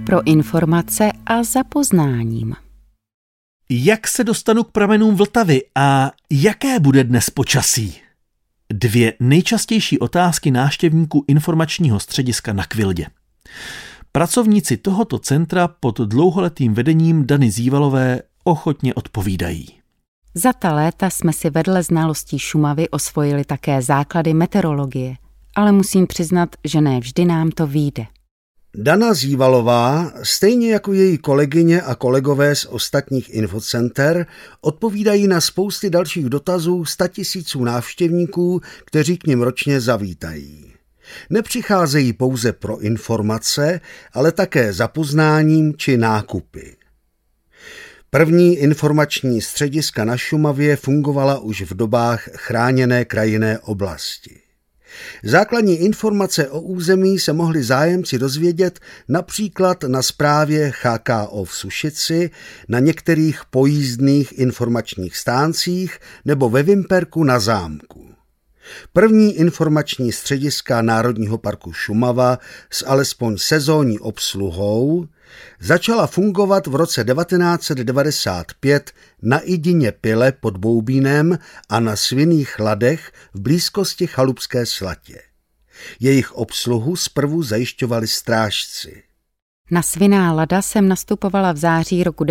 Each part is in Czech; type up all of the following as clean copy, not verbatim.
pro informace a za poznáním. Jak se dostanu k pramenům Vltavy a jaké bude dnes počasí? 2 nejčastější otázky návštěvníků informačního střediska na Kvildě. Pracovníci tohoto centra pod dlouholetým vedením Dany Zívalové ochotně odpovídají. Za ta léta jsme si vedle znalostí Šumavy osvojili také základy meteorologie, ale musím přiznat, že ne vždy nám to vyjde. Dana Zívalová, stejně jako její kolegyně a kolegové z ostatních infocenter, odpovídají na spousty dalších dotazů 100 000 návštěvníků, kteří k nim ročně zavítají. Nepřicházejí pouze pro informace, ale také za poznáním či nákupy. První informační střediska na Šumavě fungovala už v dobách chráněné krajinné oblasti. Základní informace o území se mohli zájemci dozvědět například na správě HKO v Sušici, na některých pojízdných informačních stáncích nebo ve Vimperku na zámku. První informační střediska Národního parku Šumava s alespoň sezónní obsluhou začala fungovat v roce 1995 na Idině Pile pod Boubínem a na Svinných Ladech v blízkosti Chalupské Slatě. Jejich obsluhu zprvu zajišťovali strážci. Na Svinná Lada jsem nastupovala v září roku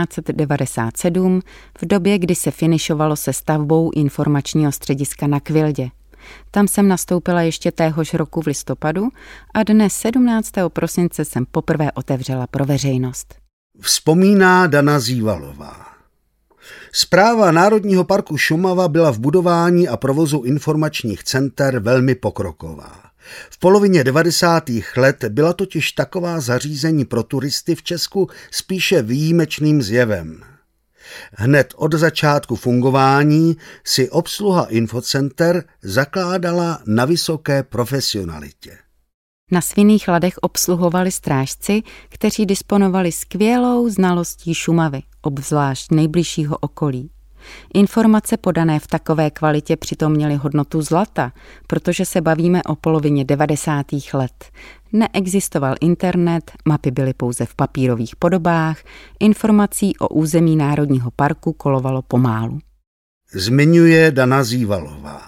1997, v době, kdy se finišovalo se stavbou informačního střediska na Kvildě. Tam jsem nastoupila ještě téhož roku v listopadu a dne 17. prosince jsem poprvé otevřela pro veřejnost. Vzpomíná Dana Zívalová. Správa Národního parku Šumava byla v budování a provozu informačních center velmi pokroková. V polovině 90. let byla totiž taková zařízení pro turisty v Česku spíše výjimečným zjevem. Hned od začátku fungování si obsluha infocenter zakládala na vysoké profesionalitě. Na Svinných Ladech obsluhovali strážci, kteří disponovali skvělou znalostí Šumavy, obzvlášť nejbližšího okolí. Informace podané v takové kvalitě přitom měly hodnotu zlata, protože se bavíme o polovině 90. let. Neexistoval internet, mapy byly pouze v papírových podobách, informací o území Národního parku kolovalo pomálu. Zmiňuje Dana Zívalová.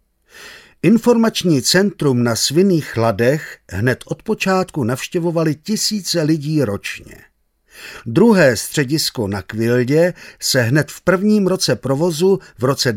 Informační centrum na Svinných Ladech hned od počátku navštěvovali tisíce lidí ročně. Druhé středisko na Kvildě se hned v prvním roce provozu v roce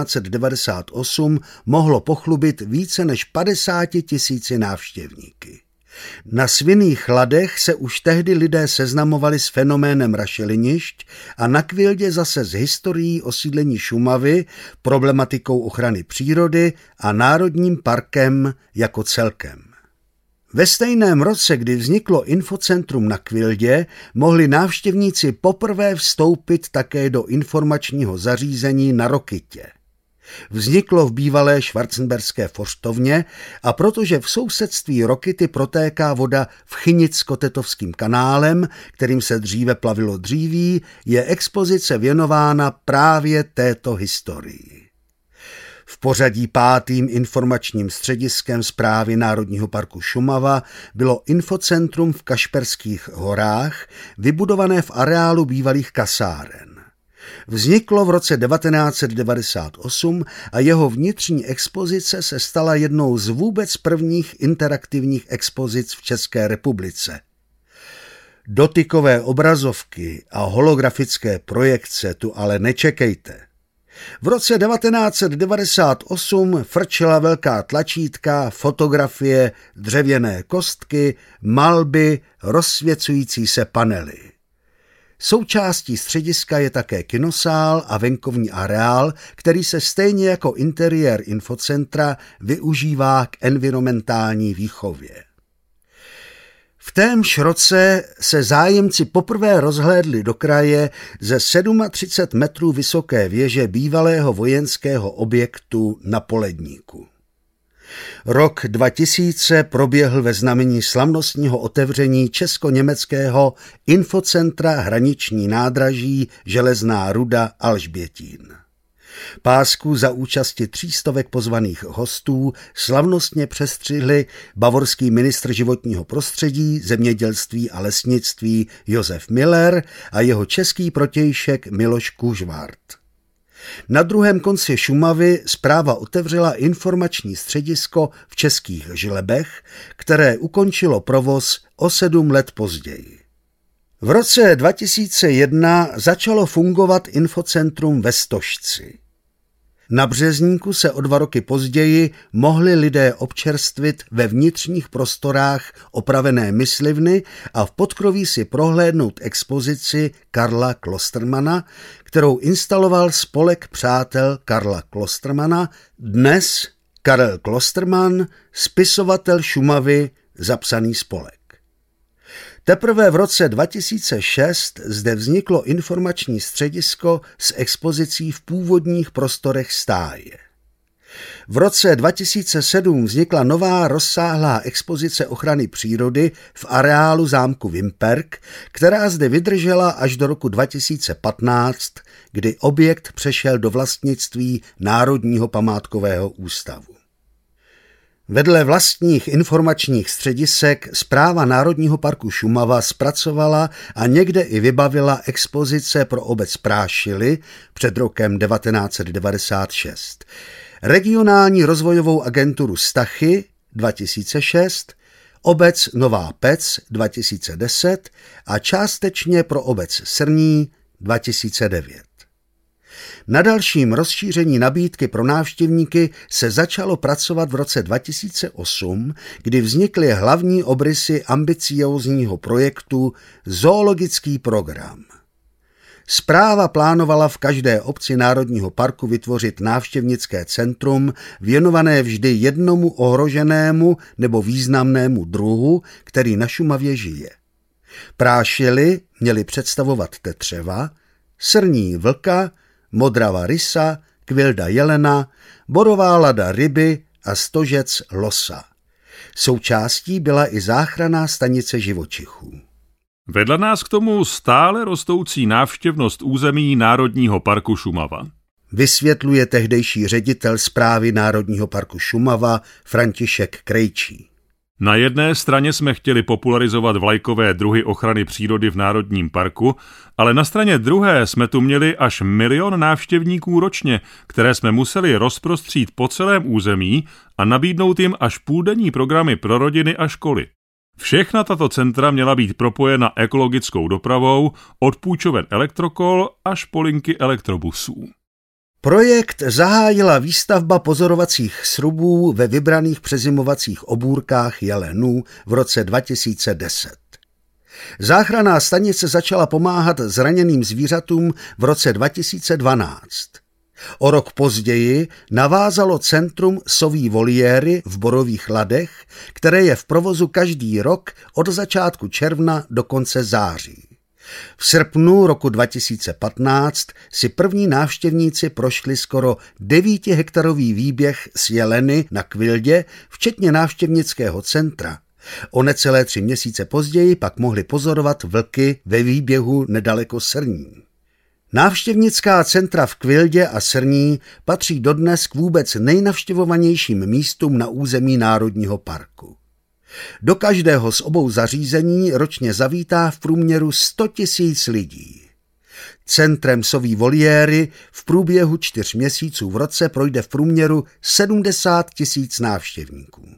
1998 mohlo pochlubit více než 50 000 návštěvníky. Na Svinných Ladech se už tehdy lidé seznamovali s fenoménem rašelinišť a na Kvildě zase s historií osídlení Šumavy, problematikou ochrany přírody a národním parkem jako celkem. Ve stejném roce, kdy vzniklo infocentrum na Kvildě, mohli návštěvníci poprvé vstoupit také do informačního zařízení na Rokytě. Vzniklo v bývalé švarcemberské fořtovně a protože v sousedství Rokyty protéká voda Vchynicko-Tetovským kanálem, kterým se dříve plavilo dříví, je expozice věnována právě této historii. V pořadí 5. informačním střediskem Správy Národního parku Šumava bylo infocentrum v Kašperských horách, vybudované v areálu bývalých kasáren. Vzniklo v roce 1998 a jeho vnitřní expozice se stala jednou z vůbec prvních interaktivních expozic v České republice. Dotykové obrazovky a holografické projekce tu ale nečekejte. V roce 1998 frčela velká tlačítka, fotografie, dřevěné kostky, malby, rozsvěcující se panely. Součástí střediska je také kinosál a venkovní areál, který se stejně jako interiér infocentra využívá k environmentální výchově. V témž roce se zájemci poprvé rozhlédli do kraje ze 37 metrů vysoké věže bývalého vojenského objektu na Poledníku. Rok 2000 proběhl ve znamení slavnostního otevření česko-německého infocentra hraniční nádraží Železná Ruda Alžbětín. Pásku za účasti 300 pozvaných hostů slavnostně přestřihli bavorský ministr životního prostředí, zemědělství a lesnictví Josef Müller a jeho český protějšek Miloš Kužvart. Na druhém konci Šumavy správa otevřela informační středisko v Českých Žlebech, které ukončilo provoz o 7 let později. V roce 2001 začalo fungovat infocentrum ve Stožci. Na Březníku se o 2 roky později mohli lidé občerstvit ve vnitřních prostorách opravené myslivny a v podkroví si prohlédnout expozici Karla Klostermana, kterou instaloval spolek přátel Karla Klostermana, dnes Karel Klosterman, spisovatel Šumavy, zapsaný spolek. Teprve v roce 2006 zde vzniklo informační středisko s expozicí v původních prostorech stáje. V roce 2007 vznikla nová rozsáhlá expozice ochrany přírody v areálu zámku Vimperk, která zde vydržela až do roku 2015, kdy objekt přešel do vlastnictví Národního památkového ústavu. Vedle vlastních informačních středisek správa Národního parku Šumava zpracovala a někde i vybavila expozice pro obec Prášily před rokem 1996, regionální rozvojovou agenturu Stachy 2006, obec Nová Pec 2010 a částečně pro obec Srní 2009. Na dalším rozšíření nabídky pro návštěvníky se začalo pracovat v roce 2008, kdy vznikly hlavní obrysy ambiciózního projektu Zoologický program. Správa plánovala v každé obci Národního parku vytvořit návštěvnické centrum věnované vždy jednomu ohroženému nebo významnému druhu, který na Šumavě žije. Prášily měly představovat tetřeva, Srní vlka, Modrava rysa, Kvilda jelena, Borová lada ryby a Stožec losa. Součástí byla i záchranná stanice živočichů. Vedla nás k tomu stále rostoucí návštěvnost území Národního parku Šumava. Vysvětluje tehdejší ředitel správy Národního parku Šumava František Krejčí. Na jedné straně jsme chtěli popularizovat vlajkové druhy ochrany přírody v Národním parku, ale na straně druhé jsme tu měli až 1 000 000 návštěvníků ročně, které jsme museli rozprostřít po celém území a nabídnout jim až půldenní programy pro rodiny a školy. Všechna tato centra měla být propojena ekologickou dopravou od půjčoven elektrokol až po linky elektrobusů. Projekt zahájila výstavba pozorovacích srubů ve vybraných přezimovacích obůrkách jelenů v roce 2010. Záchranná stanice začala pomáhat zraněným zvířatům v roce 2012. O rok později navázalo centrum Soví voliéry v Borových Ladech, které je v provozu každý rok od začátku června do konce září. V srpnu roku 2015 si první návštěvníci prošli skoro 9hektarový výběh s jeleny na Kvildě, včetně návštěvnického centra. O necelé 3 měsíce později pak mohli pozorovat vlky ve výběhu nedaleko Srní. Návštěvnická centra v Kvildě a Srní patří dodnes k vůbec nejnavštěvovanějším místům na území Národního parku. Do každého z obou zařízení ročně zavítá v průměru 100 000 lidí. Centrem Soví voliéry v průběhu 4 měsíců v roce projde v průměru 70 000 návštěvníků.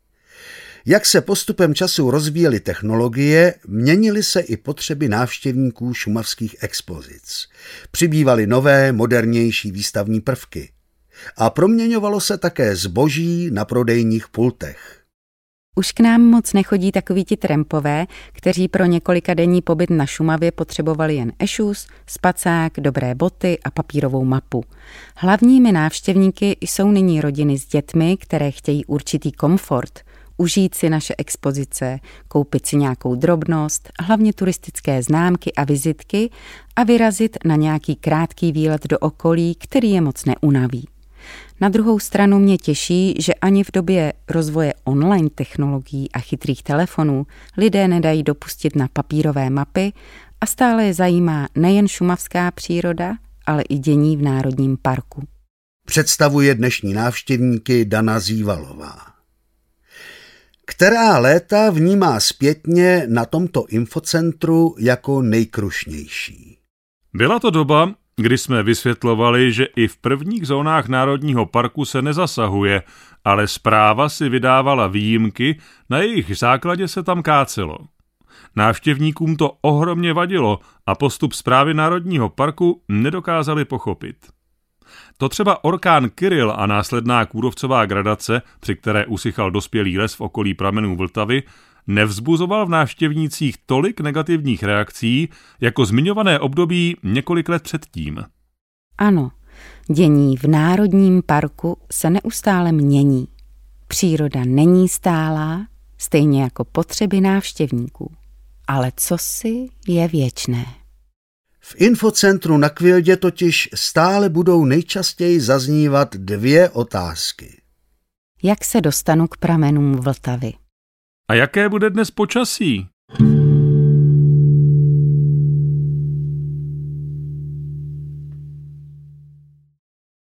Jak se postupem času rozvíjely technologie, měnily se i potřeby návštěvníků šumavských expozic. Přibývaly nové, modernější výstavní prvky. A proměňovalo se také zboží na prodejních pultech. Už k nám moc nechodí takoví ti trampové, kteří pro několikadenní pobyt na Šumavě potřebovali jen ešus, spacák, dobré boty a papírovou mapu. Hlavními návštěvníky jsou nyní rodiny s dětmi, které chtějí určitý komfort, užít si naše expozice, koupit si nějakou drobnost, hlavně turistické známky a vizitky a vyrazit na nějaký krátký výlet do okolí, který je moc neunaví. Na druhou stranu mě těší, že ani v době rozvoje online technologií a chytrých telefonů lidé nedají dopustit na papírové mapy a stále je zajímá nejen šumavská příroda, ale i dění v Národním parku. Představuje dnešní návštěvníky Dana Zívalová. Která léta vnímá zpětně na tomto infocentru jako nejkrušnější? Byla to doba, kdy jsme vysvětlovali, že i v prvních zónách Národního parku se nezasahuje, ale správa si vydávala výjimky, na jejich základě se tam kácelo. Návštěvníkům to ohromně vadilo a postup správy Národního parku nedokázali pochopit. To třeba orkán Kyrill a následná kůrovcová gradace, při které usychal dospělý les v okolí pramenů Vltavy, nevzbuzoval v návštěvnících tolik negativních reakcí, jako zmiňované období několik let předtím. Ano, dění v Národním parku se neustále mění. Příroda není stálá, stejně jako potřeby návštěvníků. Ale cosi je věčné. V infocentru na Kvildě totiž stále budou nejčastěji zaznívat 2 otázky. Jak se dostanu k pramenům Vltavy? A jaké bude dnes počasí?